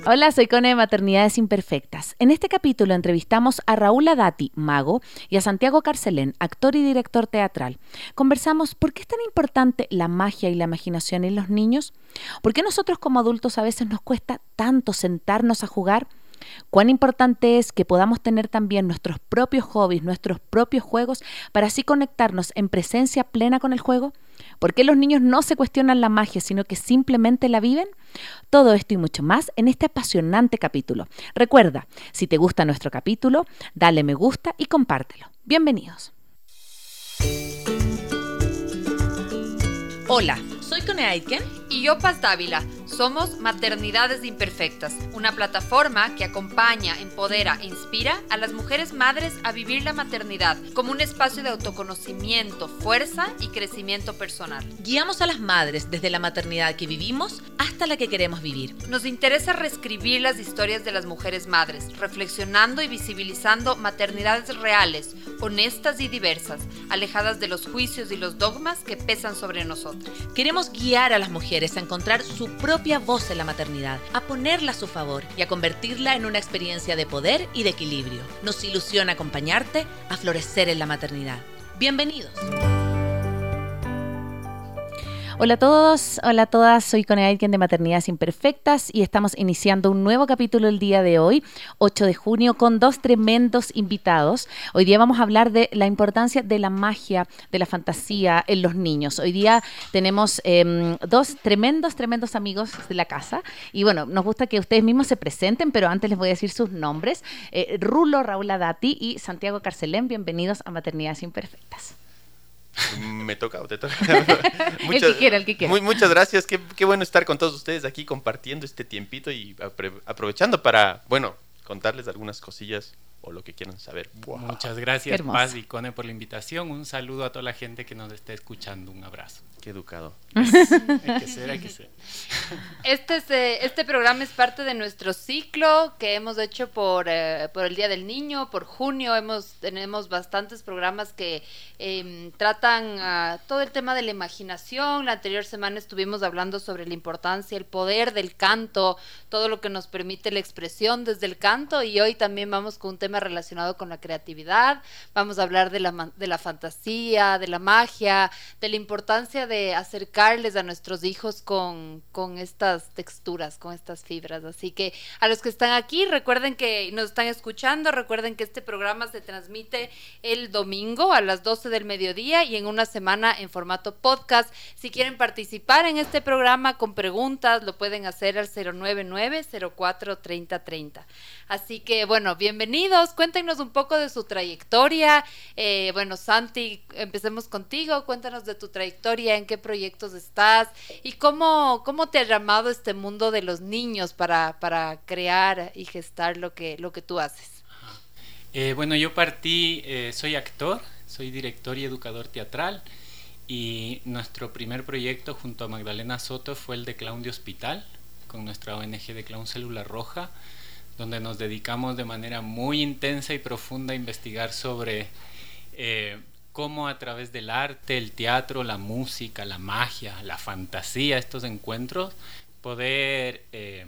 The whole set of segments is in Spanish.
Hola, soy Cone de Maternidades Imperfectas. En este capítulo entrevistamos a Raúl Adati, mago, y a Santiago Carcelén, actor y director teatral. Conversamos por qué es tan importante la magia y la imaginación en los niños, por qué nosotros como adultos a veces nos cuesta tanto sentarnos a jugar, cuán importante es que podamos tener también nuestros propios hobbies, nuestros propios juegos, para así conectarnos en presencia plena con el juego. ¿Por qué los niños no se cuestionan la magia, sino que simplemente la viven? Todo esto y mucho más en este apasionante capítulo. Recuerda, si te gusta nuestro capítulo, dale me gusta y compártelo. Bienvenidos. Hola, soy Cone Aitken y yo Paz Dávila. Somos Maternidades Imperfectas, una plataforma que acompaña, empodera e inspira a las mujeres madres a vivir la maternidad como un espacio de autoconocimiento, fuerza y crecimiento personal. Guiamos a las madres desde la maternidad que vivimos hasta la que queremos vivir. Nos interesa reescribir las historias de las mujeres madres, reflexionando y visibilizando maternidades reales, honestas y diversas, alejadas de los juicios y los dogmas que pesan sobre nosotras. Queremos guiar a las mujeres a encontrar su propia voz en la maternidad, a ponerla a su favor y a convertirla en una experiencia de poder y de equilibrio. Nos ilusiona acompañarte a florecer en la maternidad. Bienvenidos. Hola a todos, hola a todas, soy Cone Aitken de Maternidades Imperfectas y estamos iniciando un nuevo capítulo el día de hoy, 8 de junio, con dos tremendos invitados. Hoy día vamos a hablar de la importancia de la magia, de la fantasía en los niños. Hoy día tenemos dos tremendos amigos de la casa y bueno, nos gusta que ustedes mismos se presenten, pero antes les voy a decir sus nombres. Rulo, Raúl Adati y Santiago Carcelén, bienvenidos a Maternidades Imperfectas. ¿Me toca o te toca? El que quiera. Muchas gracias, qué bueno estar con todos ustedes aquí compartiendo este tiempito y aprovechando para, contarles algunas cosillas o lo que quieran saber. Wow. Muchas gracias, Paz y Cone, por la invitación. Un saludo a toda la gente que nos está escuchando. Un abrazo. Qué educado. Hay que ser. Este programa es parte de nuestro ciclo que hemos hecho por el Día del Niño, por junio. Tenemos bastantes programas que tratan todo el tema de la imaginación. La anterior semana estuvimos hablando sobre la importancia, el poder del canto, todo lo que nos permite la expresión desde el canto, y hoy también vamos con un tema relacionado con la creatividad. Vamos a hablar de la fantasía, de la magia, de la importancia de acercarles a nuestros hijos con estas texturas, con estas fibras. Así que a los que están aquí, recuerden que nos están escuchando, recuerden que este programa se transmite el domingo a las 12 del mediodía y en una semana en formato podcast. Si quieren participar en este programa con preguntas, lo pueden hacer al 099-04-3030. Así que bienvenidos, cuéntenos un poco de su trayectoria. Santi, empecemos contigo, cuéntanos de tu trayectoria, en qué proyectos estás y cómo te ha llamado este mundo de los niños para crear y gestar lo que tú haces. Yo partí, soy actor, soy director y educador teatral, y nuestro primer proyecto junto a Magdalena Soto fue el de Clown de Hospital, con nuestra ONG de Clown Célula Roja, donde nos dedicamos de manera muy intensa y profunda a investigar sobre cómo a través del arte, el teatro, la música, la magia, la fantasía, estos encuentros, poder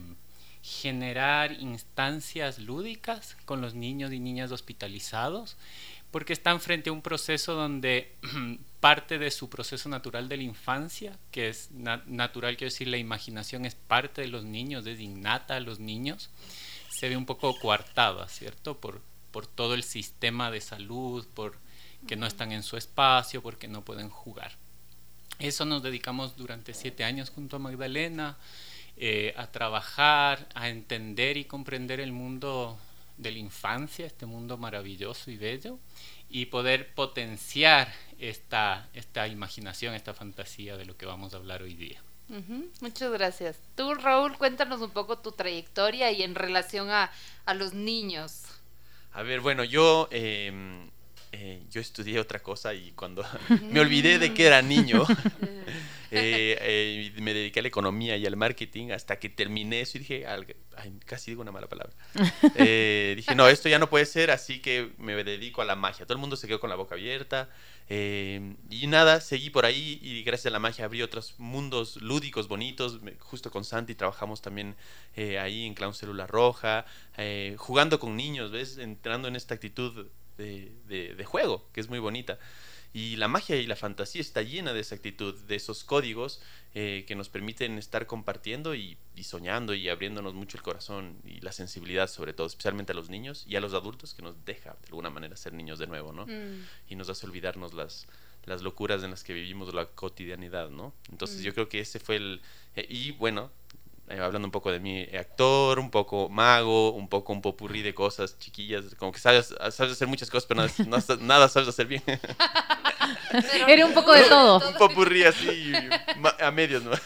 generar instancias lúdicas con los niños y niñas hospitalizados, porque están frente a un proceso donde parte de su proceso natural de la infancia, que es natural, quiero decir, la imaginación es parte de los niños, es innata a los niños, se ve un poco coartada, ¿cierto? Por todo el sistema de salud, por que no están en su espacio, porque no pueden jugar. Eso nos dedicamos durante 7 años junto a Magdalena, a trabajar, a entender y comprender el mundo de la infancia, este mundo maravilloso y bello, y poder potenciar esta imaginación, esta fantasía de lo que vamos a hablar hoy día. Muchas gracias. Tú, Raúl, cuéntanos un poco tu trayectoria y en relación a los niños. A ver, yo estudié otra cosa y cuando me olvidé de que era niño, Y me dediqué a la economía y al marketing hasta que terminé eso y dije, casi digo una mala palabra. Dije, no, esto ya no puede ser, así que me dedico a la magia. Todo el mundo se quedó con la boca abierta. Y nada, seguí por ahí y gracias a la magia abrí otros mundos lúdicos, bonitos. Justo con Santi trabajamos también ahí en Clown Célula Roja, jugando con niños, ¿ves? Entrando en esta actitud de juego, que es muy bonita. Y la magia y la fantasía está llena de esa actitud, de esos códigos que nos permiten estar compartiendo y soñando y abriéndonos mucho el corazón y la sensibilidad, sobre todo, especialmente a los niños y a los adultos, que nos deja de alguna manera ser niños de nuevo, ¿no? Y nos hace olvidarnos las locuras en las que vivimos la cotidianidad, ¿no? Entonces yo creo que ese fue y bueno, hablando un poco de mí, actor, un poco mago, un poco un popurrí de cosas chiquillas, como que sabes hacer muchas cosas, pero nada sabes hacer bien. Era un poco de todo. Un popurrí así, a medios, ¿no?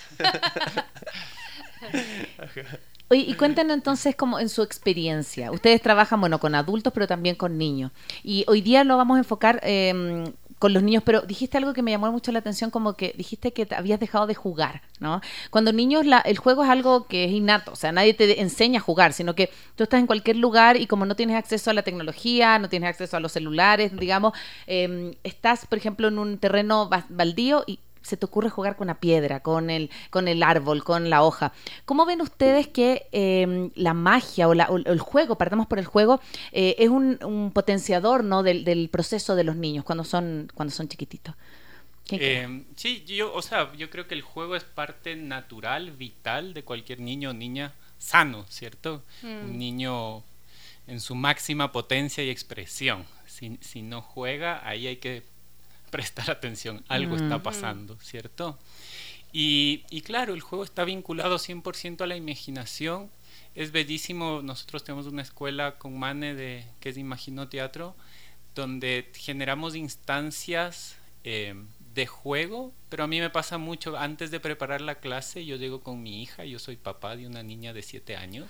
Oye, y cuéntanos entonces como en su experiencia. Ustedes trabajan, bueno, con adultos, pero también con niños. Y hoy día lo vamos a enfocar con los niños, pero dijiste algo que me llamó mucho la atención, como que dijiste que habías dejado de jugar, ¿no? Cuando niños el juego es algo que es innato, o sea, nadie te enseña a jugar, sino que tú estás en cualquier lugar y como no tienes acceso a la tecnología, no tienes acceso a los celulares, digamos, estás, por ejemplo, en un terreno baldío y se te ocurre jugar con una piedra, con el árbol, con la hoja. ¿Cómo ven ustedes que la magia o el juego, partamos por el juego, es un potenciador, ¿no? del proceso de los niños cuando son chiquititos? Sí, yo creo que el juego es parte natural, vital de cualquier niño o niña sano, ¿cierto? Un niño en su máxima potencia y expresión. Si no juega, ahí hay que prestar atención, algo está pasando, ¿cierto? Y claro, el juego está vinculado 100% a la imaginación. Es bellísimo, nosotros tenemos una escuela con Mane que es de Imaginoteatro, donde generamos instancias de juego, pero a mí me pasa mucho, antes de preparar la clase, yo llego con mi hija, yo soy papá de una niña de 7 años,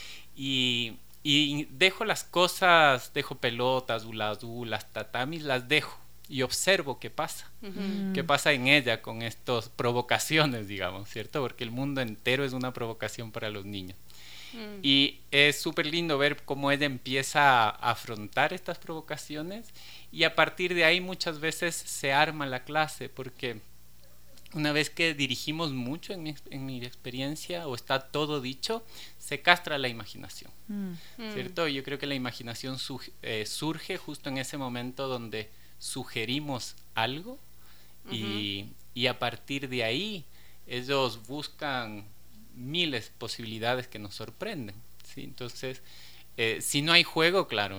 y dejo las cosas, dejo pelotas, las tatamis, las dejo. Y observo qué pasa en ella con estas provocaciones, digamos, ¿cierto? Porque el mundo entero es una provocación para los niños. Y es súper lindo ver cómo ella empieza a afrontar estas provocaciones y a partir de ahí muchas veces se arma la clase, porque una vez que dirigimos mucho en mi experiencia o está todo dicho, se castra la imaginación, ¿cierto? Yo creo que la imaginación surge justo en ese momento donde sugerimos algo y a partir de ahí ellos buscan miles de posibilidades que nos sorprenden, ¿sí? Entonces, si no hay juego, claro,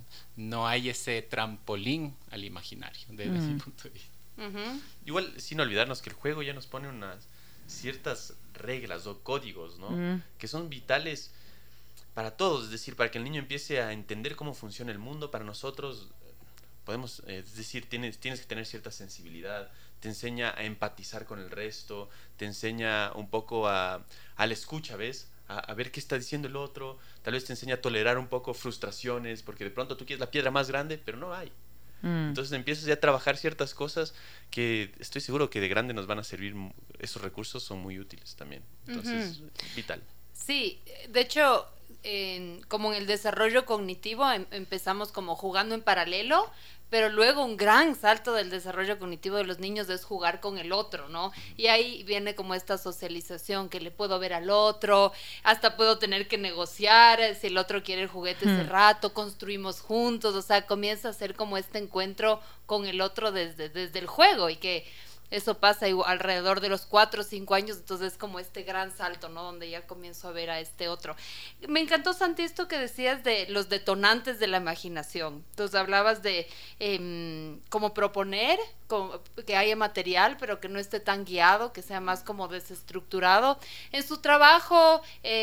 no hay ese trampolín al imaginario desde mi punto de vista. Igual, sin olvidarnos que el juego ya nos pone unas ciertas reglas o códigos, ¿no? Que son vitales para todos, es decir, para que el niño empiece a entender cómo funciona el mundo. Para nosotros podemos, es decir, tienes que tener cierta sensibilidad, te enseña a empatizar con el resto, te enseña un poco a la escucha, ¿ves? A ver qué está diciendo el otro, tal vez te enseña a tolerar un poco frustraciones, porque de pronto tú quieres la piedra más grande, pero no hay. Entonces empiezas ya a trabajar ciertas cosas que estoy seguro que de grande nos van a servir. Esos recursos son muy útiles también, entonces vital. Sí, de hecho, como en el desarrollo cognitivo empezamos como jugando en paralelo, pero luego un gran salto del desarrollo cognitivo de los niños es jugar con el otro, ¿no? Y ahí viene como esta socialización que le puedo ver al otro, hasta puedo tener que negociar si el otro quiere el juguete ese rato, construimos juntos, o sea, comienza a ser como este encuentro con el otro desde el juego, y que eso pasa alrededor de los 4 o 5 años, entonces es como este gran salto, ¿no? Donde ya comienzo a ver a este otro. Me encantó, Santi, esto que decías de los detonantes de la imaginación. Entonces hablabas de cómo proponer, que haya material, pero que no esté tan guiado, que sea más como desestructurado. En su trabajo,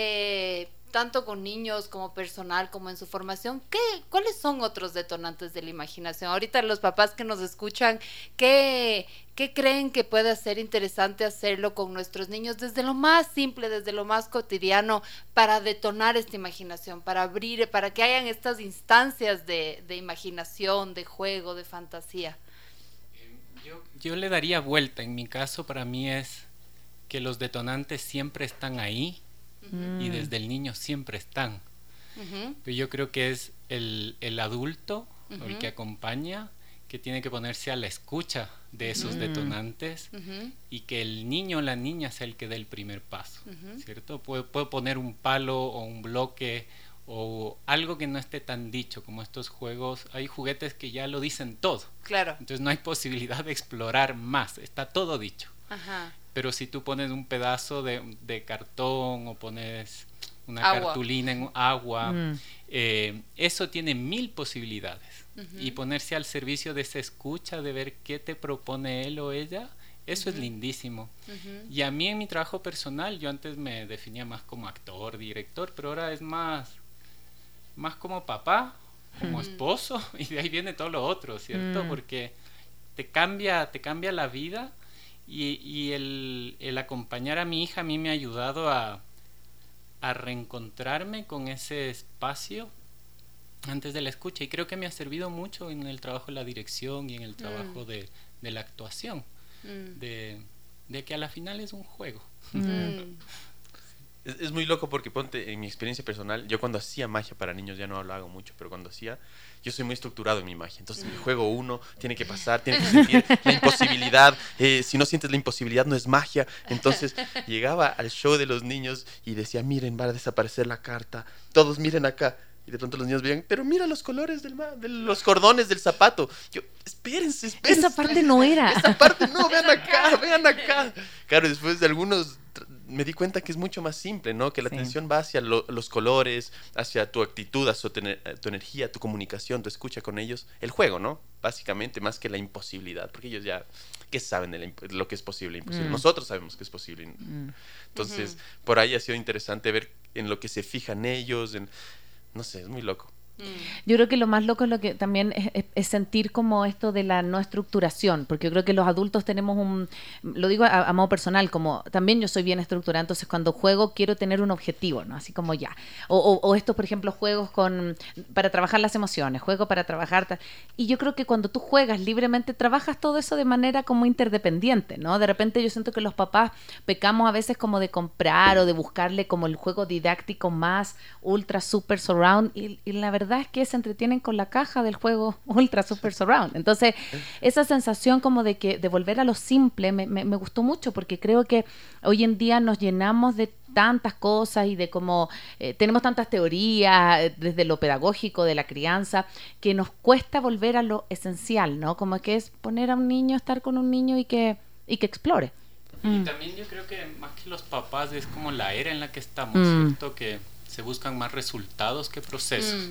tanto con niños como personal, como en su formación, ¿cuáles son otros detonantes de la imaginación? Ahorita los papás que nos escuchan, ¿qué creen que puede ser interesante hacerlo con nuestros niños desde lo más simple, desde lo más cotidiano, para detonar esta imaginación, para abrir, para que hayan estas instancias de imaginación, de juego, de fantasía? Yo le daría vuelta. En mi caso, para mí es que los detonantes siempre están ahí y desde el niño siempre están. Pero yo creo que es el adulto, o el que acompaña, que tiene que ponerse a la escucha de esos detonantes y que el niño o la niña sea el que dé el primer paso, ¿cierto? Puedo poner un palo o un bloque o algo que no esté tan dicho, como estos juegos. Hay juguetes que ya lo dicen todo. Claro. Entonces no hay posibilidad de explorar más, está todo dicho. Pero si tú pones un pedazo de cartón o pones una cartulina en agua, eso tiene 1000 posibilidades. Y ponerse al servicio de esa escucha, de ver qué te propone él o ella, eso es lindísimo. Y a mí en mi trabajo personal, yo antes me definía más como actor, director, pero ahora es más como papá, como esposo, y de ahí viene todo lo otro, ¿cierto? Porque te cambia la vida, y el acompañar a mi hija a mí me ha ayudado a reencontrarme con ese espacio antes de la escucha, y creo que me ha servido mucho en el trabajo de la dirección y en el trabajo de la actuación, de que a la final es un juego. Es muy loco porque, ponte, en mi experiencia personal, yo cuando hacía magia para niños, ya no lo hago mucho, pero cuando hacía, yo soy muy estructurado en mi magia. Entonces, mi juego 1 tiene que pasar, tiene que sentir la imposibilidad. Si no sientes la imposibilidad, no es magia. Entonces, llegaba al show de los niños y decía, miren, va a desaparecer la carta, todos miren acá. Y de pronto los niños veían, pero mira los colores de los cordones del zapato. Yo, espérense. Esa parte no era. Esa parte no, vean acá. Claro, después de algunos me di cuenta que es mucho más simple, ¿no? Que la atención va hacia los colores, hacia tu actitud, hacia tu energía, tu comunicación, tu escucha con ellos. El juego, ¿no? Básicamente, más que la imposibilidad. Porque ellos ya, ¿qué saben de lo que es posible e imposible? Nosotros sabemos que es posible. Entonces, por ahí ha sido interesante ver en lo que se fijan ellos, no sé, es muy loco. Yo creo que lo más loco es lo que también es sentir como esto de la no estructuración, porque yo creo que los adultos tenemos lo digo a modo personal, como también yo soy bien estructurada, entonces cuando juego quiero tener un objetivo, ¿no? Así como ya. O estos, por ejemplo, juegos para trabajar las emociones, juego para trabajar. Y yo creo que cuando tú juegas libremente, trabajas todo eso de manera como interdependiente, ¿no? De repente yo siento que los papás pecamos a veces como de comprar o de buscarle como el juego didáctico más ultra super surround, y la verdad es que se entretienen con la caja del juego Ultra Super Surround. Entonces, esa sensación como de volver a lo simple me gustó mucho, porque creo que hoy en día nos llenamos de tantas cosas y de cómo tenemos tantas teorías desde lo pedagógico de la crianza, que nos cuesta volver a lo esencial, ¿no? Como que es poner a un niño, estar con un niño y que explore. Y también yo creo que más que los papás es como la era en la que estamos, ¿cierto? Que se buscan más resultados que procesos.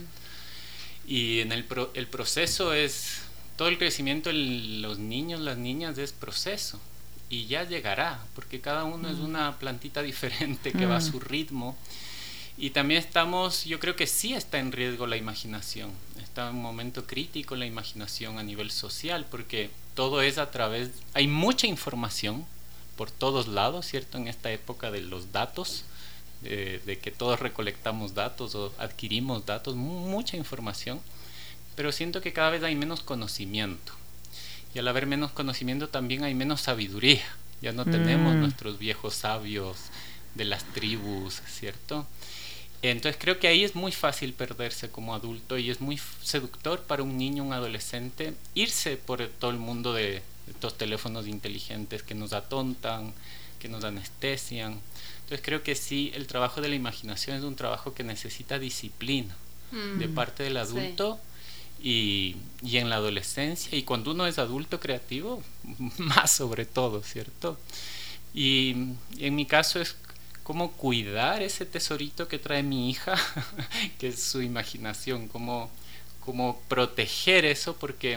Y en el proceso es todo el crecimiento de los niños, las niñas, es proceso, y ya llegará, porque cada uno es una plantita diferente que va a su ritmo. Y también yo creo que sí está en riesgo la imaginación, está en un momento crítico la imaginación a nivel social, porque todo es hay mucha información por todos lados, ¿cierto? En esta época de los datos, de que todos recolectamos datos o adquirimos datos, mucha información, pero siento que cada vez hay menos conocimiento, y al haber menos conocimiento también hay menos sabiduría. Ya no tenemos nuestros viejos sabios de las tribus, ¿cierto? Entonces creo que ahí es muy fácil perderse como adulto, y es muy seductor para un niño, un adolescente, irse por todo el mundo de estos teléfonos inteligentes que nos atontan, que nos anestesian. Entonces creo que sí, el trabajo de la imaginación es un trabajo que necesita disciplina de parte del adulto, y en la adolescencia, y cuando uno es adulto creativo, más sobre todo, ¿cierto? Y en mi caso es cómo cuidar ese tesorito que trae mi hija, que es su imaginación, cómo proteger eso, porque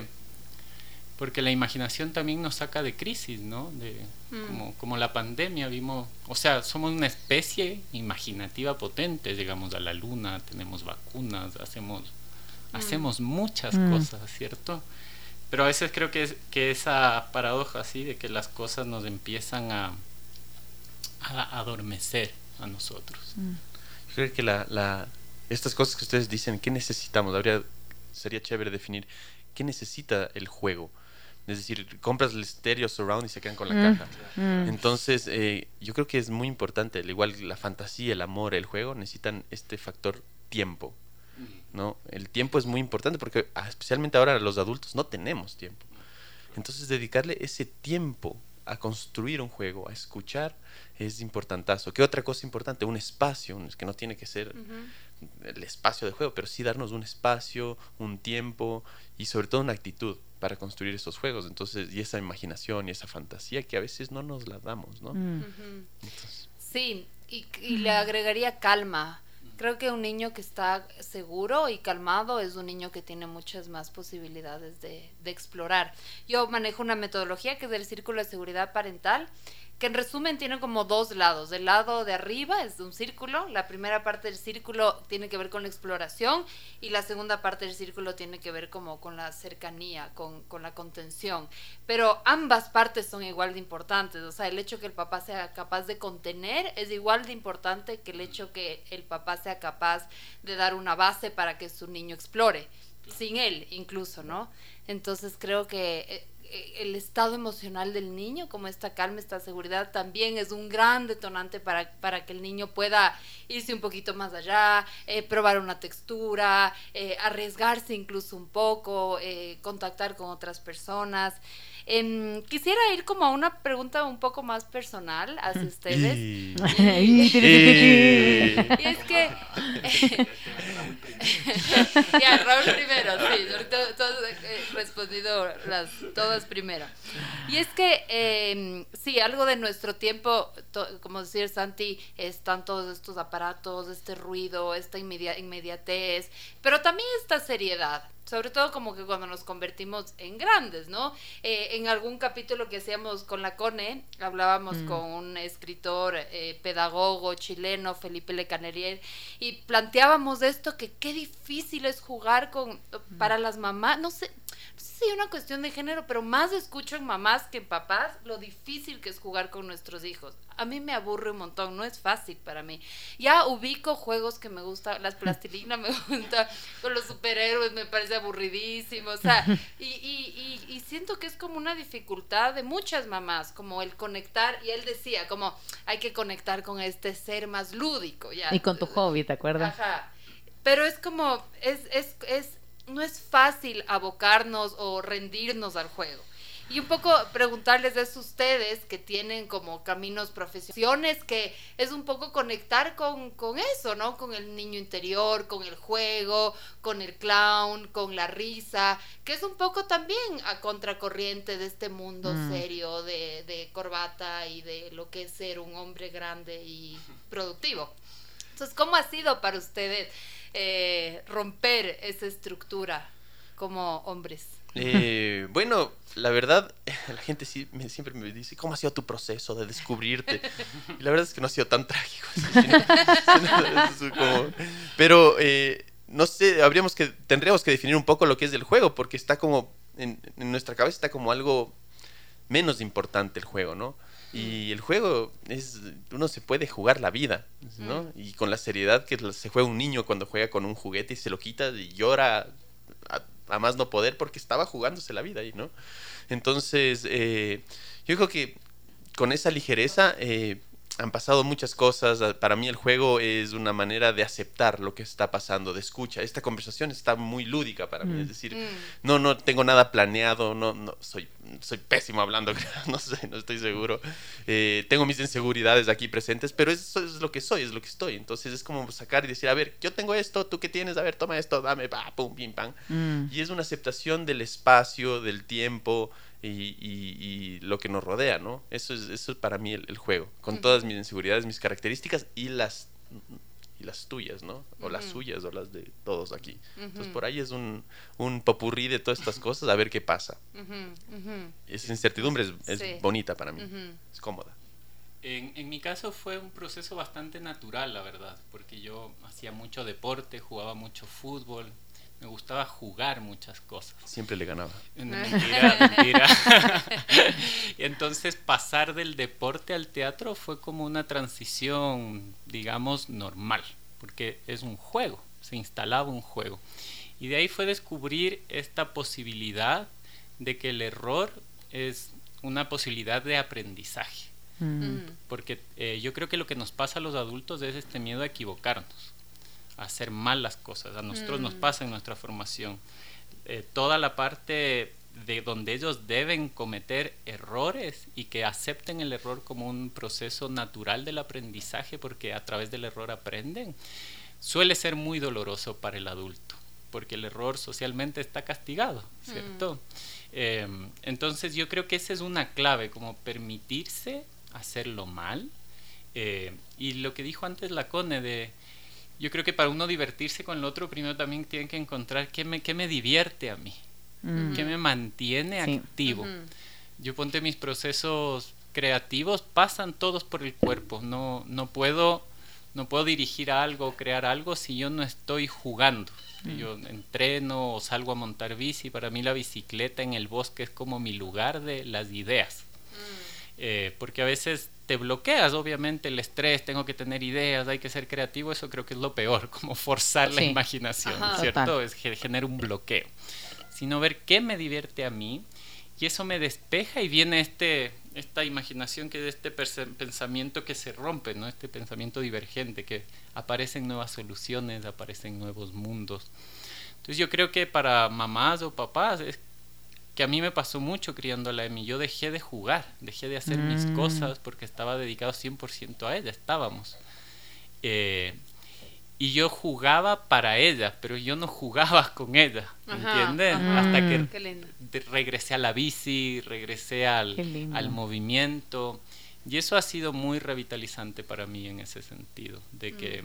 la imaginación también nos saca de crisis, ¿no? Como la pandemia vimos, o sea, somos una especie imaginativa potente, llegamos a la luna, tenemos vacunas, hacemos muchas cosas, ¿cierto? Pero a veces creo que esa paradoja así de que las cosas nos empiezan a adormecer a nosotros. Yo creo que estas cosas que ustedes dicen, ¿qué necesitamos? Sería chévere definir qué necesita el juego. Es decir, compras el stereo surround y se quedan con la caja. Entonces, yo creo que es muy importante, al igual la fantasía, el amor, el juego, necesitan este factor tiempo, ¿no? El tiempo es muy importante porque especialmente ahora los adultos no tenemos tiempo. Entonces, dedicarle ese tiempo a construir un juego, a escuchar, es importantazo. ¿Qué otra cosa importante? Un espacio, que no tiene que ser el espacio de juego, pero sí darnos un espacio, un tiempo y sobre todo una actitud para construir esos juegos. Entonces, y esa imaginación y esa fantasía que a veces no nos la damos, ¿no? Entonces, sí, y le agregaría calma. Creo que un niño que está seguro y calmado es un niño que tiene muchas más posibilidades de explorar. Yo manejo una metodología que es del círculo de seguridad parental, que en resumen tiene como dos lados. El lado de arriba es un círculo, la primera parte del círculo tiene que ver con la exploración y la segunda parte del círculo tiene que ver como con la cercanía, con la contención. Pero ambas partes son igual de importantes, o sea, el hecho que el papá sea capaz de contener es igual de importante que el hecho que el papá sea capaz de dar una base para que su niño explore, sin él incluso, ¿no? Entonces creo que el estado emocional del niño, como esta calma, esta seguridad, también es un gran detonante para que el niño pueda irse un poquito más allá, probar una textura, arriesgarse incluso un poco, contactar con otras personas. Quisiera ir como a una pregunta un poco más personal hacia ustedes. Y es que ya, Raúl primero, sí, ahorita todos respondido todas primero. Y es que sí, algo de nuestro tiempo, como decía Santi, están todos estos aparatos, este ruido, esta inmediatez, pero también esta seriedad. Sobre todo como que cuando nos convertimos en grandes, ¿no? En algún capítulo que hacíamos con la CONE, hablábamos con un escritor, pedagogo chileno, Felipe Lecanerier, y planteábamos esto, que qué difícil es jugar para las mamás, no sé si es una cuestión de género, pero más escucho en mamás que en papás lo difícil que es jugar con nuestros hijos. A mí me aburre un montón, no es fácil para mí. Ya ubico juegos que me gustan, las plastilinas me gustan, con los superhéroes me parece aburridísimo, o sea, y siento que es como una dificultad de muchas mamás, como el conectar, y él decía, como hay que conectar con este ser más lúdico. Ya. Y con tu hobby, ¿te acuerdas? Ajá. Pero es como, no es fácil abocarnos o rendirnos al juego. Y un poco preguntarles eso a ustedes que tienen como caminos profesionales, que es un poco conectar con eso, ¿no? Con el niño interior, con el juego, con el clown, con la risa, que es un poco también a contracorriente de este mundo serio de corbata y de lo que es ser un hombre grande y productivo. Entonces, ¿cómo ha sido para ustedes romper esa estructura como hombres? Bueno, la verdad, la gente siempre me dice, ¿cómo ha sido tu proceso de descubrirte? Y la verdad es que no ha sido tan trágico. Pero, no sé, tendríamos que definir un poco lo que es el juego, porque está como, en nuestra cabeza está como algo menos importante el juego, ¿no? Y el juego uno se puede jugar la vida, ¿no? Y con la seriedad que se juega un niño cuando juega con un juguete y se lo quita y llora a más no poder porque estaba jugándose la vida ahí, ¿no? Entonces, yo creo que con esa ligereza han pasado muchas cosas. Para mí el juego es una manera de aceptar lo que está pasando, de escucha. Esta conversación está muy lúdica para mí, es decir, no tengo nada planeado, no soy pésimo hablando, no sé, no estoy seguro. Tengo mis inseguridades aquí presentes, pero eso es lo que soy, es lo que estoy. Entonces es como sacar y decir, a ver, yo tengo esto, ¿tú qué tienes? A ver, toma esto, dame, pum, pim, pam. Y es una aceptación del espacio, del tiempo y lo que nos rodea, ¿no? Eso es para mí el juego, con todas mis inseguridades, mis características y las tuyas, ¿no? O las suyas o las de todos aquí. Entonces por ahí es un popurrí de todas estas cosas, a ver qué pasa. Esa incertidumbre es sí. Bonita para mí, es cómoda. En mi caso fue un proceso bastante natural, la verdad, porque yo hacía mucho deporte, jugaba mucho fútbol, me gustaba jugar muchas cosas. Siempre le ganaba. Mentira. Y entonces pasar del deporte al teatro fue como una transición, digamos, normal, porque es un juego, se instalaba un juego. Y de ahí fue descubrir esta posibilidad de que el error es una posibilidad de aprendizaje. Porque yo creo que lo que nos pasa a los adultos es este miedo a equivocarnos, a hacer mal las cosas. A nosotros nos pasa en nuestra formación. Toda la parte de donde ellos deben cometer errores y que acepten el error como un proceso natural del aprendizaje, porque a través del error aprenden, suele ser muy doloroso para el adulto, porque el error socialmente está castigado, ¿cierto? Entonces yo creo que esa es una clave, como permitirse hacerlo mal. Y lo que dijo antes la Cone, yo creo que para uno divertirse con el otro, primero también tiene que encontrar qué me divierte a mí, qué me mantiene activo. Yo ponte mis procesos creativos, pasan todos por el cuerpo. No puedo dirigir algo, crear algo si yo no estoy jugando. Yo entreno o salgo a montar bici. Para mí la bicicleta en el bosque es como mi lugar de las ideas. Porque a veces te bloqueas, obviamente, el estrés, tengo que tener ideas, hay que ser creativo, eso creo que es lo peor, como forzar la imaginación, ¿cierto? Es que genera un bloqueo. Sino ver qué me divierte a mí, y eso me despeja y viene esta imaginación, que es este pensamiento que se rompe, ¿no? Este pensamiento divergente, que aparecen nuevas soluciones, aparecen nuevos mundos. Entonces yo creo que para mamás o papás, es que a mí me pasó mucho criando a la Emi, yo dejé de jugar, dejé de hacer mis cosas porque estaba dedicado 100% a ella, estábamos. Y yo jugaba para ella, pero yo no jugaba con ella, ¿entiendes? Hasta que regresé a la bici, regresé al movimiento, y eso ha sido muy revitalizante para mí en ese sentido, de que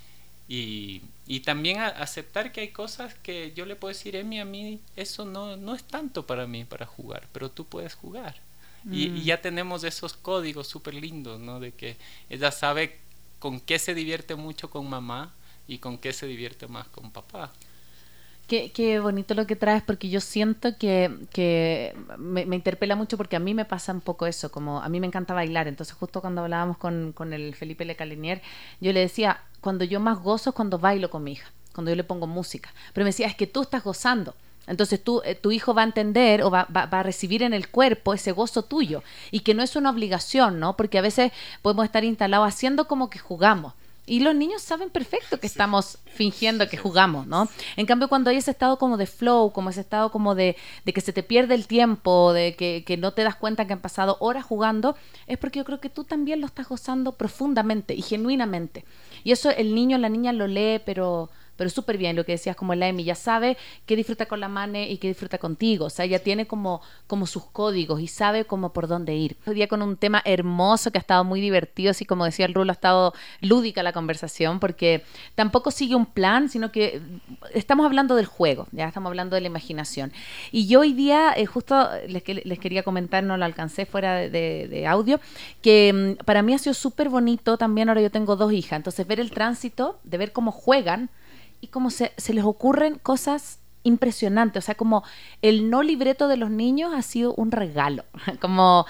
y también aceptar que hay cosas que yo le puedo decir, Emi, a mí eso no es tanto para mí para jugar, pero tú puedes jugar. Y ya tenemos esos códigos súper lindos, ¿no? De que ella sabe con qué se divierte mucho con mamá y con qué se divierte más con papá. Qué bonito lo que traes, porque yo siento que me interpela mucho, porque a mí me pasa un poco eso, como a mí me encanta bailar. Entonces justo cuando hablábamos con el Felipe Lecalinier, yo le decía, cuando yo más gozo es cuando bailo con mi hija, cuando yo le pongo música. Pero me decía, es que tú estás gozando. Entonces tu hijo va a entender o va a recibir en el cuerpo ese gozo tuyo, y que no es una obligación, ¿no? Porque a veces podemos estar instalados haciendo como que jugamos. Y los niños saben perfecto que estamos fingiendo que jugamos, ¿no? En cambio, cuando hay ese estado como de flow, como ese estado como de que se te pierde el tiempo, de que no te das cuenta que han pasado horas jugando, es porque yo creo que tú también lo estás gozando profundamente y genuinamente. Y eso el niño, la niña lo lee, pero súper bien, lo que decías, como la Emi ya sabe que disfruta con la Mane y que disfruta contigo, o sea, ella tiene como sus códigos y sabe como por dónde ir. Hoy día con un tema hermoso que ha estado muy divertido, así como decía el Rulo, ha estado lúdica la conversación, porque tampoco sigue un plan, sino que estamos hablando del juego, ya estamos hablando de la imaginación. Y yo hoy día, justo les quería comentar, no lo alcancé fuera de audio, que para mí ha sido súper bonito también. Ahora yo tengo 2 hijas, entonces ver el tránsito, de ver cómo juegan, y cómo se les ocurren cosas impresionantes. O sea, como el no libreto de los niños ha sido un regalo. Como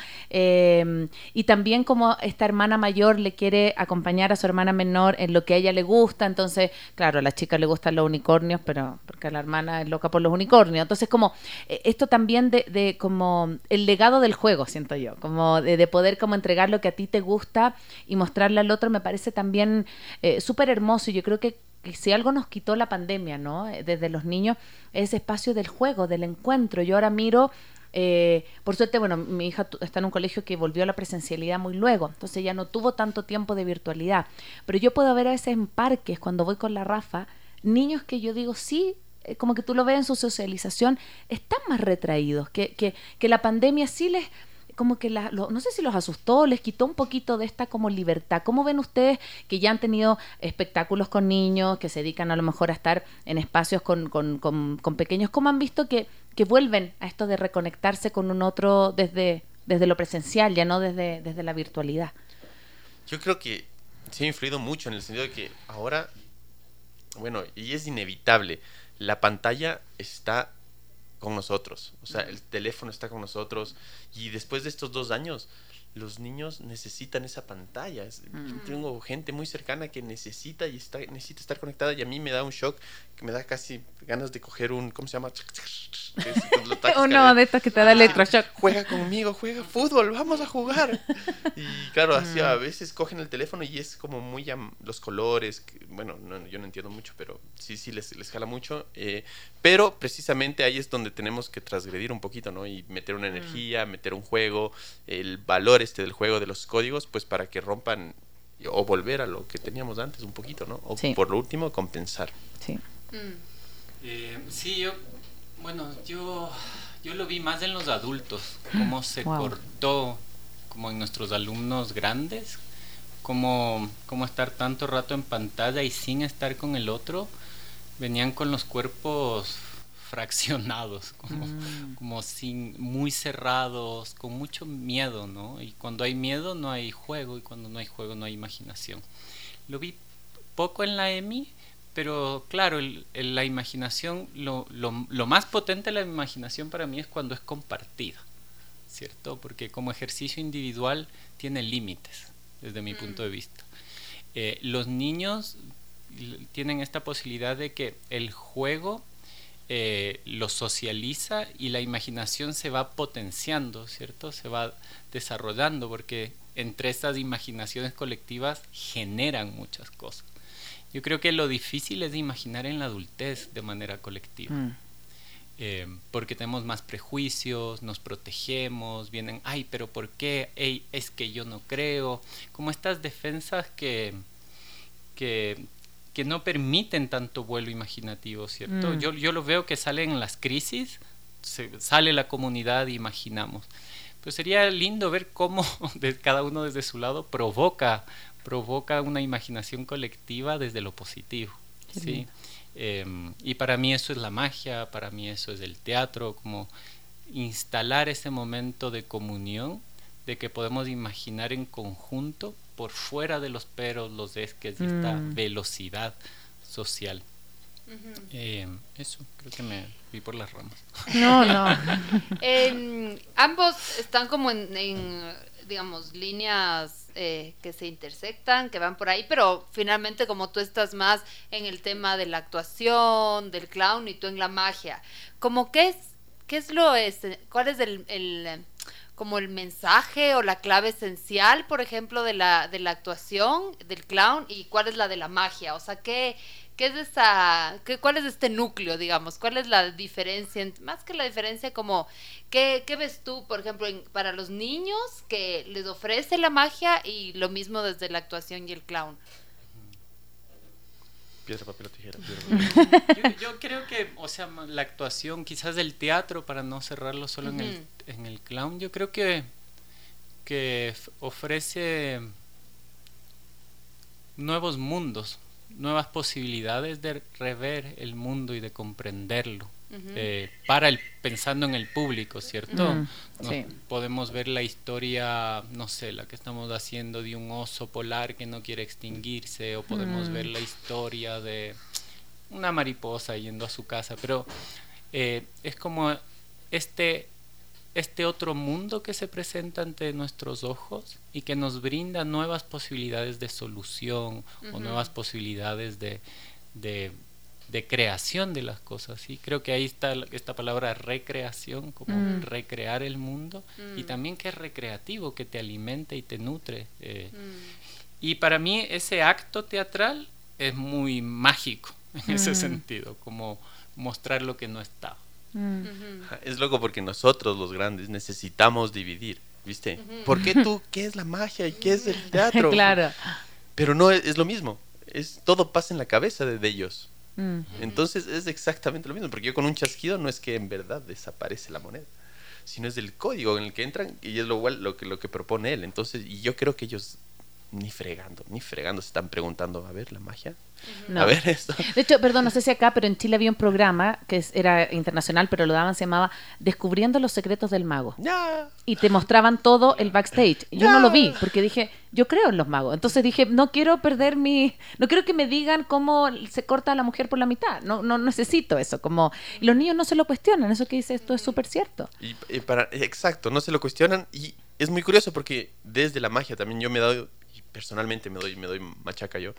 y también como esta hermana mayor le quiere acompañar a su hermana menor en lo que a ella le gusta. Entonces, claro, a la chica le gustan los unicornios, pero porque la hermana es loca por los unicornios. Entonces, como esto también de como el legado del juego, siento yo. Como de poder como entregar lo que a ti te gusta y mostrarle al otro, me parece también súper hermoso. Y yo creo que si algo nos quitó la pandemia, ¿no? Desde los niños, ese espacio del juego, del encuentro. Yo ahora miro, por suerte, bueno, mi hija está en un colegio que volvió a la presencialidad muy luego, entonces ya no tuvo tanto tiempo de virtualidad, pero yo puedo ver a veces en parques, cuando voy con la Rafa, niños que yo digo, sí, como que tú lo ves en su socialización, están más retraídos, que la pandemia sí les... como que no sé si los asustó, les quitó un poquito de esta como libertad. ¿Cómo ven ustedes que ya han tenido espectáculos con niños, que se dedican a lo mejor a estar en espacios con pequeños? ¿Cómo han visto que vuelven a esto de reconectarse con un otro desde lo presencial, ya no desde la virtualidad? Yo creo que sí ha influido mucho, en el sentido de que ahora, bueno, y es inevitable, la pantalla está con nosotros, o sea, el teléfono está con nosotros, y después de estos 2 años los niños necesitan esa pantalla. Yo tengo gente muy cercana que necesita estar conectada, y a mí me da un shock, que me da casi ganas de coger un, ¿cómo se llama? Uno de estos que te da electroshock. Juega conmigo, juega fútbol, vamos a jugar. Y claro, así a veces cogen el teléfono y es como muy los colores, bueno, yo no entiendo mucho, pero sí les jala mucho. Pero precisamente ahí es donde tenemos que transgredir un poquito, ¿no? Y meter una energía, meter un juego, el valor del juego, de los códigos, pues para que rompan o volver a lo que teníamos antes un poquito, ¿no? O por lo último, compensar. Sí. Sí, yo lo vi más en los adultos, cómo se cortó, como en nuestros alumnos grandes, cómo estar tanto rato en pantalla y sin estar con el otro, venían con los cuerpos fraccionados, como muy cerrados, con mucho miedo, ¿no? Y cuando hay miedo no hay juego, y cuando no hay juego no hay imaginación. Lo vi poco en la EMI, pero claro, la imaginación, lo más potente de la imaginación para mí es cuando es compartida, ¿cierto? Porque como ejercicio individual tiene límites, desde mi punto de vista. Los niños tienen esta posibilidad de que el juego lo socializa y la imaginación se va potenciando, ¿cierto? Se va desarrollando, porque entre estas imaginaciones colectivas generan muchas cosas. Yo creo que lo difícil es imaginar en la adultez de manera colectiva, porque tenemos más prejuicios, nos protegemos, vienen, ay, pero ¿por qué? Ey, es que yo no creo, como estas defensas que no permiten tanto vuelo imaginativo, ¿cierto? Yo lo veo que salen en las crisis, sale la comunidad y imaginamos. Pues sería lindo ver cómo cada uno desde su lado provoca una imaginación colectiva desde lo positivo, ¿sí? Y para mí eso es la magia, para mí eso es el teatro, como instalar ese momento de comunión, de que podemos imaginar en conjunto por fuera de los peros, los esques y esta velocidad social. Eso, creo que me vi por las ramas. No. Ambos están como en digamos, líneas que se intersectan, que van por ahí, pero finalmente como tú estás más en el tema de la actuación, del clown, y tú en la magia, como ¿cuál es como el mensaje o la clave esencial, por ejemplo, de la actuación, del clown, y cuál es la de la magia? O sea, ¿cuál es este núcleo, digamos? ¿Cuál es la diferencia? Más que la diferencia, como, ¿qué ves tú, por ejemplo, para los niños que les ofrece la magia, y lo mismo desde la actuación y el clown? Piedra, papel o tijera. Yo creo que, o sea, la actuación, quizás del teatro, para no cerrarlo solo en el clown, yo creo que ofrece nuevos mundos, nuevas posibilidades de rever el mundo y de comprenderlo, pensando en el público, ¿cierto? Sí. Podemos ver la historia, no sé, la que estamos haciendo de un oso polar que no quiere extinguirse, o podemos ver la historia de una mariposa yendo a su casa, pero es como este otro mundo que se presenta ante nuestros ojos y que nos brinda nuevas posibilidades de solución, o nuevas posibilidades de creación de las cosas, ¿sí? Creo que ahí está esta palabra recreación, como recrear el mundo, y también que es recreativo, que te alimenta y te nutre. Y para mí ese acto teatral es muy mágico en ese sentido, como mostrar lo que no estaba. Es loco porque nosotros los grandes necesitamos dividir, ¿viste? ¿Por qué tú? ¿Qué es la magia y qué es el teatro? Claro. Pero no es lo mismo, todo pasa en la cabeza de ellos. Entonces es exactamente lo mismo, porque yo con un chasquido no es que en verdad desaparece la moneda, sino es del código en el que entran, y es lo que propone él. Entonces, y yo creo que ellos ni fregando se están preguntando, a ver, la magia, no. A ver esto. De hecho, perdón, no sé si acá, pero en Chile había un programa que era internacional, pero lo daban, se llamaba Descubriendo los secretos del mago. Y te mostraban todo el backstage. Yo no lo vi, porque dije, yo creo en los magos. Entonces dije, no quiero que me digan cómo se corta a la mujer por la mitad. No necesito eso. Como los niños no se lo cuestionan, eso que dice esto es súper cierto. Exacto, no se lo cuestionan, y es muy curioso porque desde la magia también yo me doy, y personalmente me doy machaca yo,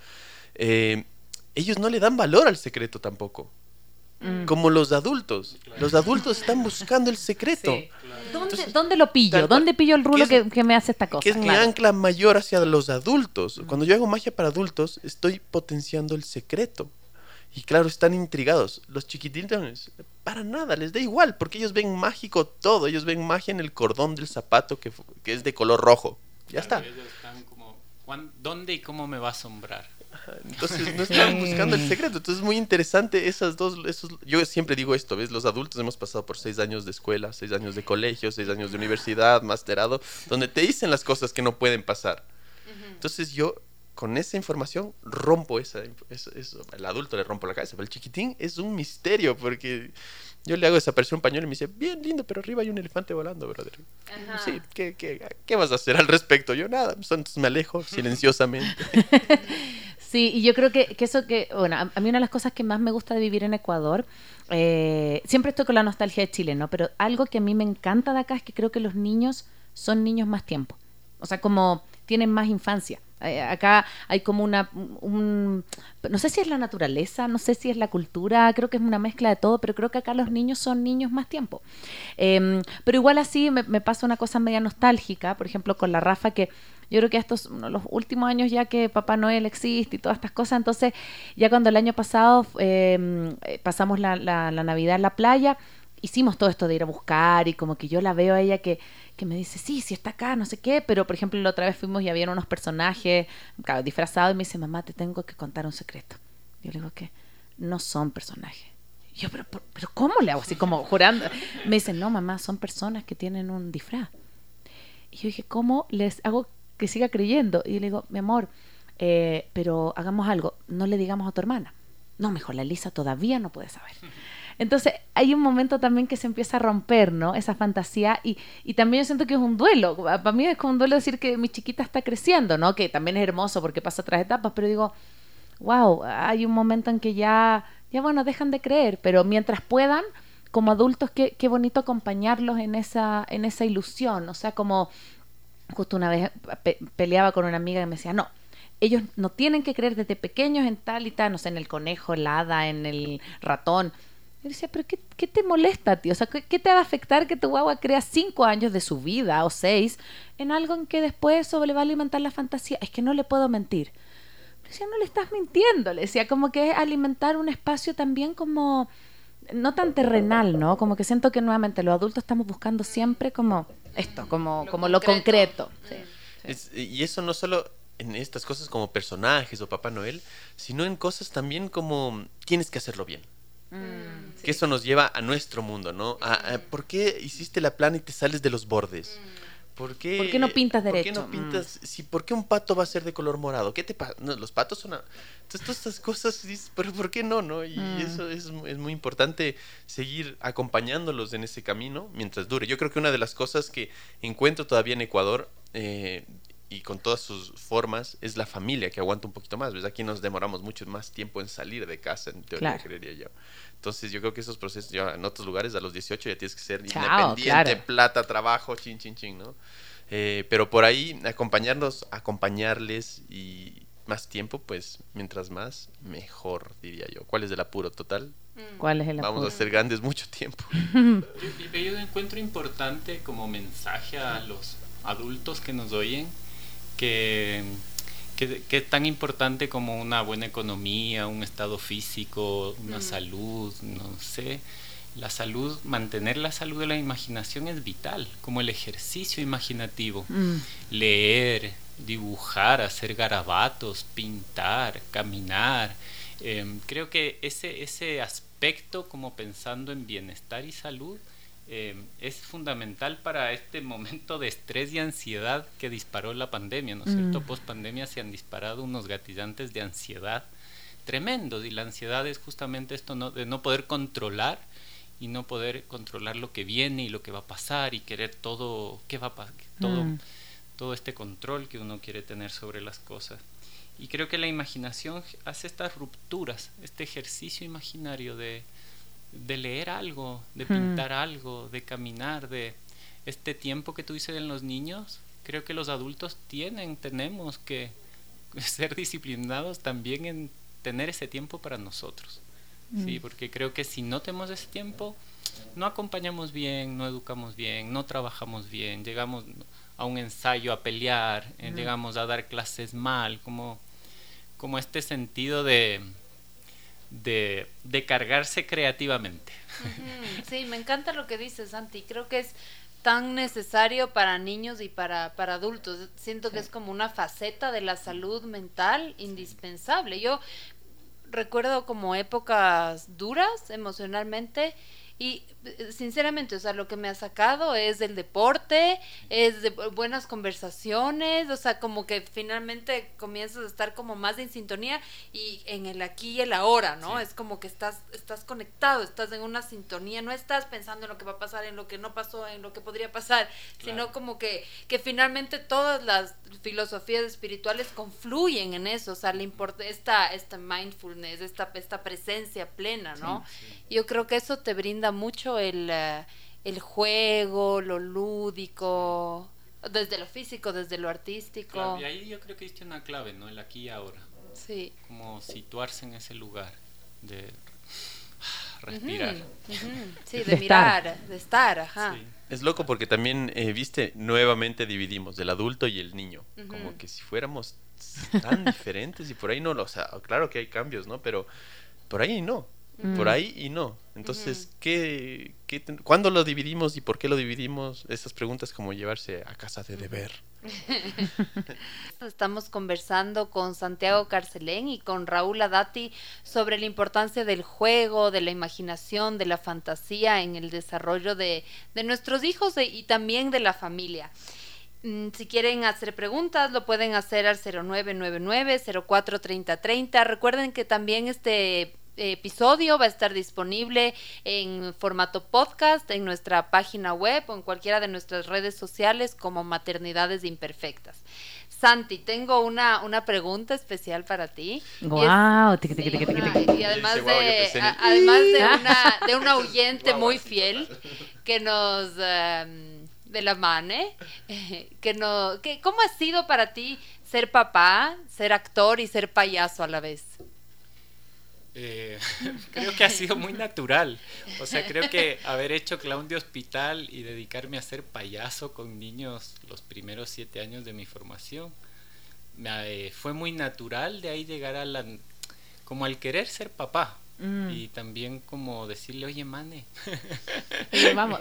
ellos no le dan valor al secreto tampoco. Como los adultos. Los adultos están buscando el secreto. Sí. ¿Dónde lo pillo? ¿Dónde pillo el rulo que me hace esta cosa? Que es mi ancla mayor hacia los adultos. Cuando yo hago magia para adultos, estoy potenciando el secreto. Y claro, están intrigados. Los chiquitines, para nada, les da igual, porque ellos ven mágico todo. Ellos ven magia en el cordón del zapato que es de color rojo. Ya está. Ellos están como, ¿dónde y cómo me va a asombrar? Entonces no están buscando el secreto. Entonces es muy interesante yo siempre digo esto, ¿ves? Los adultos hemos pasado por 6 años de escuela, 6 años de colegio, 6 años de universidad, masterado, donde te dicen las cosas que no pueden pasar. Entonces yo con esa información rompo eso. Al adulto le rompo la cabeza, pero el chiquitín es un misterio, porque yo le hago desaparecer un pañuelo y me dice, bien lindo, pero arriba hay un elefante volando, brother. Ajá. Sí, ¿qué vas a hacer al respecto? Yo nada, entonces me alejo silenciosamente. Sí, y yo creo que eso bueno, a mí una de las cosas que más me gusta de vivir en Ecuador, siempre estoy con la nostalgia de Chile, ¿no? Pero algo que a mí me encanta de acá es que creo que los niños son niños más tiempo. O sea, como tienen más infancia. Acá hay como no sé si es la naturaleza, no sé si es la cultura, creo que es una mezcla de todo, pero creo que acá los niños son niños más tiempo. Pero igual así me pasa una cosa media nostálgica, por ejemplo, con la Rafa, que yo creo que estos los últimos años ya que Papá Noel existe y todas estas cosas, entonces ya cuando el año pasado pasamos la Navidad en la playa, hicimos todo esto de ir a buscar y como que yo la veo a ella que me dice, sí está acá, no sé qué, pero por ejemplo la otra vez fuimos y habían unos personajes, claro, disfrazados, y me dice, mamá, te tengo que contar un secreto. Yo le digo que no son personajes. Yo, pero ¿cómo le hago? Así como jurando. Me dice, no, mamá, son personas que tienen un disfraz. Y yo dije, ¿cómo les hago que siga creyendo? Y le digo, mi amor, pero hagamos algo, no le digamos a tu hermana. No, mejor la Elisa todavía no puede saber. Entonces hay un momento también que se empieza a romper, ¿no? Esa fantasía y también yo siento que es un duelo. Para mí es como un duelo decir que mi chiquita está creciendo, ¿no? Que también es hermoso porque pasa otras etapas, pero digo, wow, hay un momento en que ya bueno, dejan de creer, pero mientras puedan, como adultos, qué bonito acompañarlos en esa ilusión. O sea, como justo una vez peleaba con una amiga que me decía, no, ellos no tienen que creer desde pequeños en tal y tal, no sé, en el conejo, en la hada, en el ratón. Yo decía, pero ¿qué te molesta, tío? O sea, ¿qué te va a afectar que tu guagua crea 5 años de su vida o 6 en algo en que después eso le va a alimentar la fantasía? Es que no le puedo mentir. Le decía, no le estás mintiendo. Le decía, como que es alimentar un espacio también como no tan terrenal, ¿no? Como que siento que nuevamente los adultos estamos buscando siempre como esto, como lo concreto. Sí. Y eso no solo en estas cosas como personajes o Papá Noel, sino en cosas también como tienes que hacerlo bien. Sí. Que eso nos lleva a nuestro mundo, ¿no? ¿Por qué hiciste la plana y te sales de los bordes? ¿Por qué no pintas derecho? ¿Por qué no pintas? ¿Por qué un pato va a ser de color morado? ¿Qué te pasa? No, los patos son... Entonces todas estas cosas, pero ¿por qué no? Y eso es muy importante, seguir acompañándolos en ese camino mientras dure. Yo creo que una de las cosas que encuentro todavía en Ecuador, y con todas sus formas, es la familia que aguanta un poquito más. ¿Ves? Aquí nos demoramos mucho más tiempo en salir de casa, en teoría, claro, creería yo. Entonces yo creo que esos procesos, ya en otros lugares a los 18 ya tienes que ser independiente, claro, plata, trabajo, chin, ¿no? Pero por ahí acompañarles y más tiempo, pues mientras más, mejor, diría yo. ¿Cuál es el apuro total? ¿Cuál es el apuro? Vamos a ser grandes mucho tiempo. Yo encuentro importante como mensaje a los adultos que nos oyen que es tan importante como una buena economía, un estado físico, una salud, no sé. Mantener la salud de la imaginación es vital, como el ejercicio imaginativo. Leer, dibujar, hacer garabatos, pintar, caminar. Creo que ese aspecto, como pensando en bienestar y salud, es fundamental para este momento de estrés y ansiedad que disparó la pandemia, ¿no es cierto? Post pandemia se han disparado unos gatillantes de ansiedad tremendos, y la ansiedad es justamente esto, ¿no? De no poder controlar y no poder controlar lo que viene y lo que va a pasar y querer todo, ¿qué va a pasar? Todo este control que uno quiere tener sobre las cosas. Y creo que la imaginación hace estas rupturas, este ejercicio imaginario de leer algo, de pintar algo, de caminar, este tiempo que tú dices en los niños, creo que los adultos tenemos que ser disciplinados también en tener ese tiempo para nosotros. Sí, porque creo que si no tenemos ese tiempo, no acompañamos bien, no educamos bien, no trabajamos bien, llegamos a un ensayo a pelear, llegamos a dar clases mal, como este sentido de cargarse creativamente. Sí, me encanta lo que dices, Santi. Creo que es tan necesario para niños y para adultos. Siento que es como una faceta de la salud mental indispensable. Yo recuerdo como épocas duras emocionalmente y sinceramente, o sea, lo que me ha sacado es el deporte, es de buenas conversaciones, o sea, como que finalmente comienzas a estar como más en sintonía y en el aquí y el ahora, ¿no? Sí. Es como que estás conectado, estás en una sintonía, no estás pensando en lo que va a pasar, en lo que no pasó, en lo que podría pasar, claro. Sino como que finalmente todas las filosofías espirituales confluyen en eso, o sea, le importa esta mindfulness, esta presencia plena, ¿no? Sí, sí. Yo creo que eso te brinda mucho el juego, lo lúdico, desde lo físico, desde lo artístico. Claro, y ahí yo creo que existe una clave, ¿no? El aquí y ahora. Sí. Como situarse en ese lugar de respirar. Sí, de mirar, de estar, ajá. Sí. Es loco porque también, viste, nuevamente dividimos el adulto y el niño. Como que si fuéramos tan diferentes y por ahí no, o sea, claro que hay cambios, ¿no? Pero por ahí no. Por ahí y no. Entonces, ¿cuándo lo dividimos y por qué lo dividimos? Esas preguntas como llevarse a casa de deber. Estamos conversando con Santiago Carcelén y con Raúl Adati sobre la importancia del juego, de la imaginación, de la fantasía en el desarrollo de nuestros hijos y también de la familia. Si quieren hacer preguntas, lo pueden hacer al 0999-043030. Recuerden que también este episodio va a estar disponible en formato podcast en nuestra página web o en cualquiera de nuestras redes sociales como Maternidades Imperfectas. Santi, tengo una pregunta especial para ti. Wow, y además de una oyente muy fiel que nos de la Mane, ¿cómo ha sido para ti ser papá, ser actor y ser payaso a la vez? Creo que ha sido muy natural. O sea, creo que haber hecho clown de hospital y dedicarme a ser payaso con niños los primeros 7 años de mi formación fue muy natural. De ahí llegar como al querer ser papá y también como decirle, oye, Mane, vamos.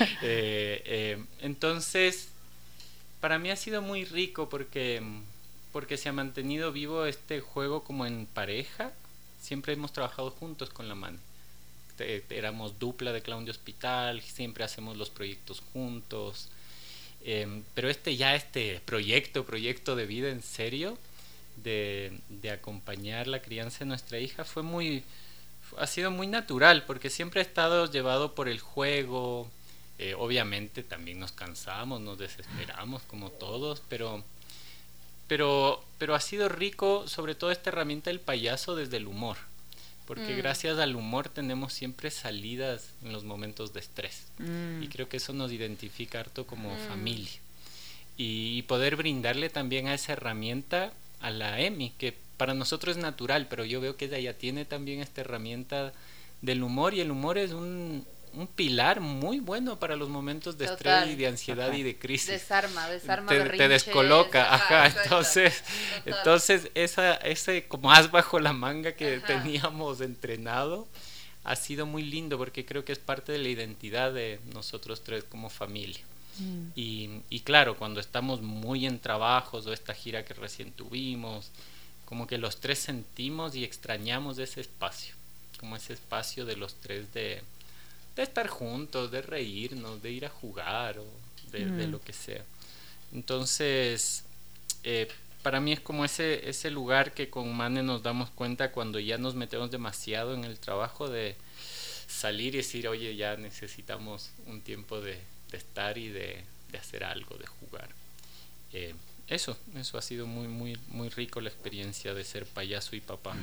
Entonces para mí ha sido muy rico porque se ha mantenido vivo este juego como en pareja. Siempre hemos trabajado juntos con la Mane. Éramos dupla de clown de hospital, siempre hacemos los proyectos juntos. Pero este proyecto de vida en serio, de acompañar la crianza de nuestra hija, ha sido muy natural, porque siempre ha estado llevado por el juego. Obviamente también nos cansamos, nos desesperamos como todos, pero ha sido rico, sobre todo esta herramienta del payaso desde el humor, porque gracias al humor tenemos siempre salidas en los momentos de estrés y creo que eso nos identifica harto como familia y poder brindarle también a esa herramienta a la Emi, que para nosotros es natural, pero yo veo que ella ya tiene también esta herramienta del humor, y el humor es un pilar muy bueno para los momentos de estrés y de ansiedad y de crisis. Desarma te descoloca, entonces ese como as bajo la manga que teníamos entrenado ha sido muy lindo, porque creo que es parte de la identidad de nosotros tres como familia. Y claro, cuando estamos muy en trabajos o esta gira que recién tuvimos, como que los tres sentimos y extrañamos ese espacio, como ese espacio de los tres de estar juntos, de reírnos, de ir a jugar o de lo que sea. Entonces, para mí es como ese lugar que con Mane nos damos cuenta cuando ya nos metemos demasiado en el trabajo, de salir y decir, oye, ya necesitamos un tiempo de estar y de hacer algo, de jugar. eso ha sido muy rico la experiencia de ser payaso y papá.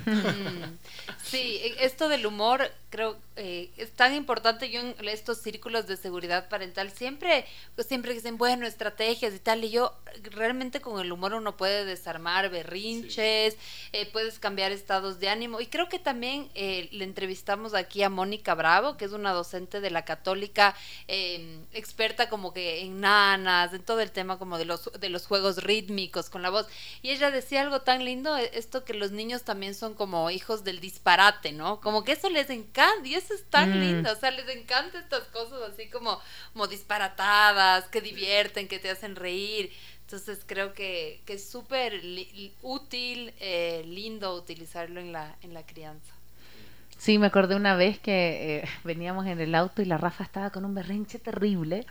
Sí, esto del humor creo es tan importante. Yo en estos círculos de seguridad parental siempre dicen, bueno, estrategias y tal, y yo realmente con el humor uno puede desarmar berrinches, puedes cambiar estados de ánimo, y creo que también le entrevistamos aquí a Mónica Bravo, que es una docente de la Católica, experta como que en nanas, en todo el tema como de los juegos rítmicos con la voz, y ella decía algo tan lindo, esto que los niños también son como hijos del disparate, ¿no? Como que eso les encanta, y eso es tan lindo, o sea, les encanta estas cosas así como disparatadas, que divierten, que te hacen reír. Entonces creo que es súper útil, lindo utilizarlo en la crianza. Sí, me acordé una vez que veníamos en el auto y la Rafa estaba con un berrinche terrible.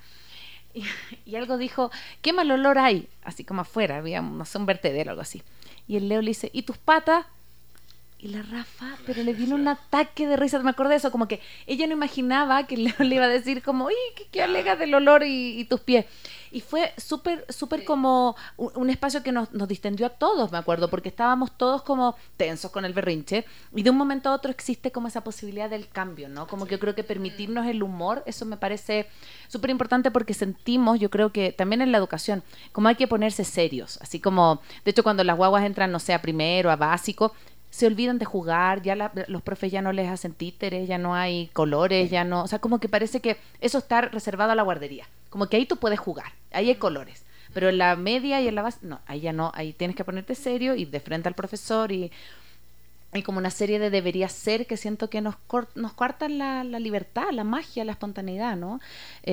Y algo dijo, qué mal olor hay, así como afuera, había, no sé, un vertedero o algo así. Y el Leo le dice, ¿y tus patas? Y la Rafa, pero le vino un ataque de risa, me acordé de eso, como que ella no imaginaba que Leo le iba a decir como, uy, ¿qué alegas del olor y tus pies? Y fue súper como un espacio que nos distendió a todos, me acuerdo, porque estábamos todos como tensos con el berrinche, y de un momento a otro existe como esa posibilidad del cambio, ¿no? Como que yo creo que permitirnos el humor, eso me parece súper importante, porque sentimos, yo creo que también en la educación, como hay que ponerse serios, así como, de hecho, cuando las guaguas entran, no sé, a primero, a básico, se olvidan de jugar, ya los profes ya no les hacen títeres, ya no hay colores, ya no, o sea, como que parece que eso está reservado a la guardería, como que ahí tú puedes jugar, ahí hay colores, pero en la media y en la base, no, ahí ya no, ahí tienes que ponerte serio y de frente al profesor, y hay como una serie de debería ser que siento que nos cortan la libertad, la magia, la espontaneidad, ¿no?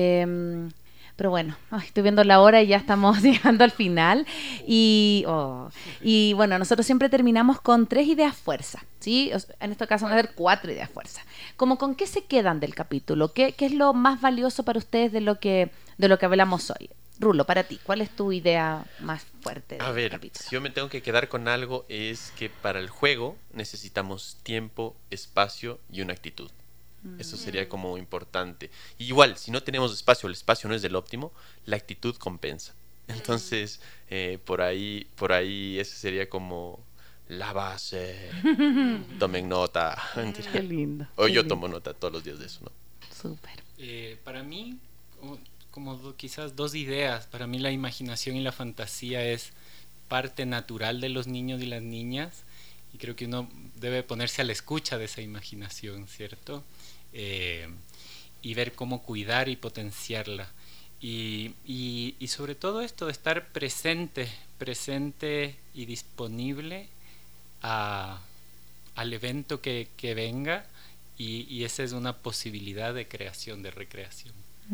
Pero bueno, estoy viendo la hora y ya estamos llegando al final. Y bueno, nosotros siempre terminamos con 3 ideas fuerza, ¿sí? En este caso van a ser 4 ideas fuerza. Como con qué se quedan del capítulo, qué es lo más valioso para ustedes de lo que hablamos hoy. Rulo, para ti, ¿cuál es tu idea más fuerte del capítulo? Si yo me tengo que quedar con algo, es que para el juego necesitamos tiempo, espacio y una actitud. Eso sería como importante. Y igual, si no tenemos espacio, el espacio no es del óptimo, la actitud compensa. Entonces, por ahí ese sería como la base. Tomen nota. Qué lindo. O yo tomo nota todos los días de eso, ¿no? Súper. Para mí, como quizás 2 ideas. Para mí la imaginación y la fantasía es parte natural de los niños y las niñas. Y creo que uno debe ponerse a la escucha de esa imaginación, ¿cierto? Y ver cómo cuidar y potenciarla. Y sobre todo esto de estar presente y disponible al evento que venga, y esa es una posibilidad de creación, de recreación.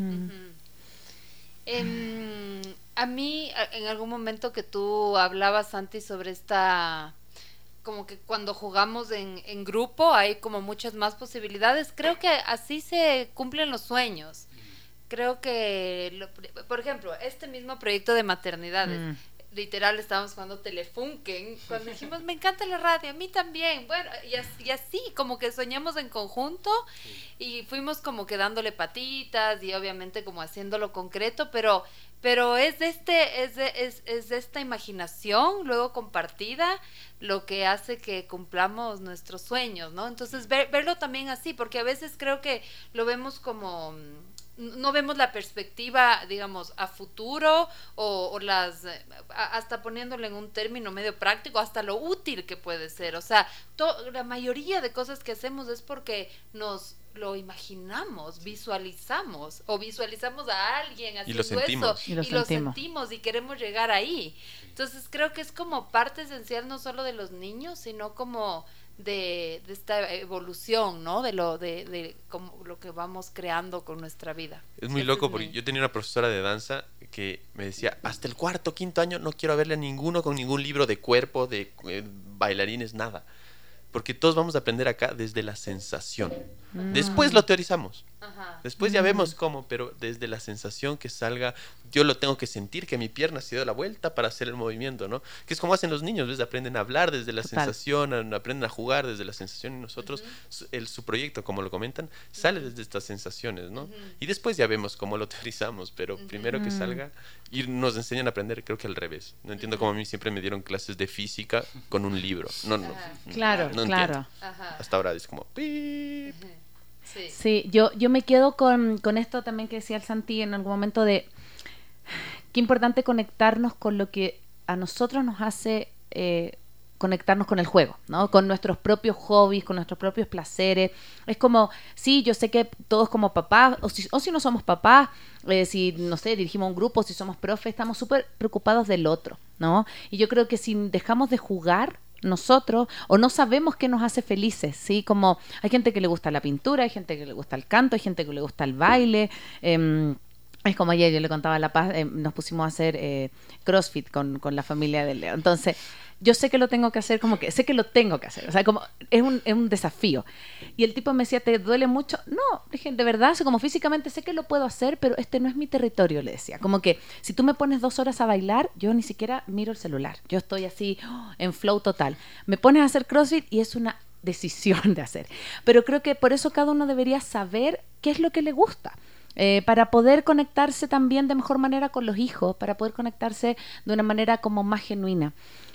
A mí, en algún momento que tú hablabas, Santi, sobre esta... como que cuando jugamos en grupo hay como muchas más posibilidades. Creo que así se cumplen los sueños. Creo que, por ejemplo, este mismo proyecto de maternidades, literal estábamos jugando Telefunken, cuando dijimos, me encanta la radio, a mí también, bueno, y así como que soñamos en conjunto, y fuimos como que dándole patitas y obviamente como haciéndolo concreto, pero es de esta imaginación luego compartida lo que hace que cumplamos nuestros sueños, ¿no? Entonces verlo también así, porque a veces creo que lo vemos como... no vemos la perspectiva, digamos, a futuro o las, hasta poniéndolo en un término medio práctico, hasta lo útil que puede ser. O sea, la mayoría de cosas que hacemos es porque nos lo imaginamos, visualizamos a alguien haciendo eso y lo sentimos y queremos llegar ahí. Entonces creo que es como parte esencial no solo de los niños, sino como de esta evolución, ¿no? De como lo que vamos creando con nuestra vida. Es muy loco porque yo tenía una profesora de danza que me decía, hasta el 4º, 5º año no quiero verle a ninguno con ningún libro de cuerpo, de bailarines, nada. Porque todos vamos a aprender acá desde la sensación. Después lo teorizamos. Ajá. Después ya vemos cómo, pero desde la sensación que salga, yo lo tengo que sentir, que mi pierna se dio la vuelta para hacer el movimiento, ¿no? Que es como hacen los niños, ¿ves? Aprenden a hablar desde la sensación, aprenden a jugar desde la sensación, y nosotros, su proyecto, como lo comentan, sale desde estas sensaciones, ¿no? Y después ya vemos cómo lo teorizamos, pero primero que salga, y nos enseñan a aprender, creo que al revés. No entiendo cómo a mí siempre me dieron clases de física con un libro. No. Claro, no claro. Ajá. Hasta ahora es como... "Pip". Sí. Sí, yo me quedo con esto también que decía el Santi en algún momento de qué importante conectarnos con lo que a nosotros nos hace conectarnos con el juego, ¿no? Con nuestros propios hobbies, con nuestros propios placeres. Es como, sí, yo sé que todos como papás, o si no somos papás, si, no sé, dirigimos un grupo, si somos profes, estamos súper preocupados del otro, ¿no? Y yo creo que si dejamos de jugar nosotros, o no sabemos qué nos hace felices, ¿sí? Como hay gente que le gusta la pintura, hay gente que le gusta el canto, hay gente que le gusta el baile, es como ayer yo le contaba a La Paz, nos pusimos a hacer CrossFit con la familia del Leo. Entonces, yo sé que lo tengo que hacer, como que sé que lo tengo que hacer, o sea, como es un desafío. Y el tipo me decía, ¿te duele mucho? No, dije, de verdad, o sea, como físicamente sé que lo puedo hacer, pero este no es mi territorio, le decía. Como que si tú me pones 2 horas a bailar, yo ni siquiera miro el celular, yo estoy así en flow total. Me pones a hacer CrossFit y es una decisión de hacer. Pero creo que por eso cada uno debería saber qué es lo que le gusta. Para poder conectarse también de mejor manera con los hijos, para poder conectarse de una manera como más genuina.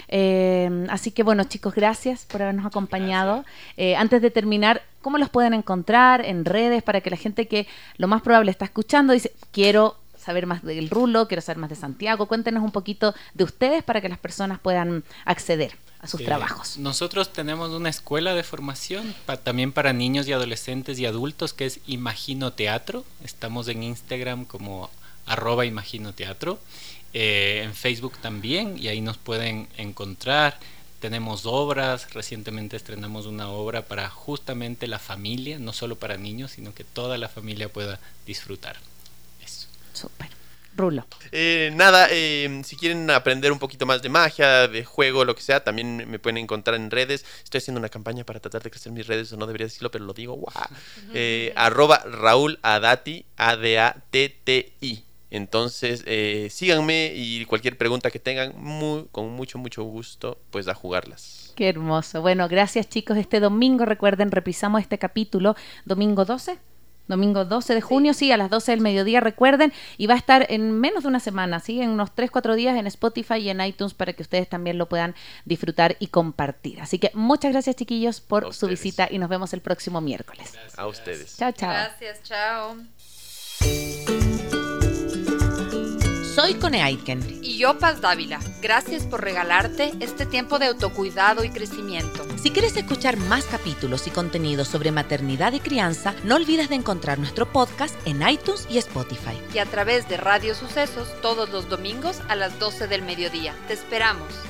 Así que bueno, chicos, gracias por habernos acompañado. Antes de terminar, ¿cómo los pueden encontrar en redes para que la gente que lo más probable está escuchando dice, quiero saber más del Rulo, quiero saber más de Santiago? Cuéntenos un poquito de ustedes para que las personas puedan acceder a sus trabajos. Nosotros tenemos una escuela de formación también para niños y adolescentes y adultos que es Imagino Teatro. Estamos en Instagram como @imaginoteatro, en Facebook también, y ahí nos pueden encontrar. Tenemos obras, recientemente estrenamos una obra para justamente la familia, no solo para niños, sino que toda la familia pueda disfrutar. Eso. Súper. Rulo. Si quieren aprender un poquito más de magia, de juego, lo que sea, también me pueden encontrar en redes. Estoy haciendo una campaña para tratar de crecer mis redes, o no debería decirlo, pero lo digo. @Raúl Adati, ADATTI. Entonces, síganme, y cualquier pregunta que tengan, con mucho gusto, pues a jugarlas. Qué hermoso. Bueno, gracias, chicos. Este domingo, recuerden, repisamos este capítulo, domingo 12 de junio, sí, a las 12 del mediodía, recuerden, y va a estar en menos de una semana, ¿sí? En unos 3-4 días en Spotify y en iTunes para que ustedes también lo puedan disfrutar y compartir. Así que muchas gracias, chiquillos, por su visita, y nos vemos el próximo miércoles. Gracias. A ustedes. Chao, chao. Gracias, chao. Soy Cone Aitken. Y yo, Paz Dávila. Gracias por regalarte este tiempo de autocuidado y crecimiento. Si quieres escuchar más capítulos y contenidos sobre maternidad y crianza, no olvides de encontrar nuestro podcast en iTunes y Spotify. Y a través de Radio Sucesos todos los domingos a las 12 del mediodía. Te esperamos.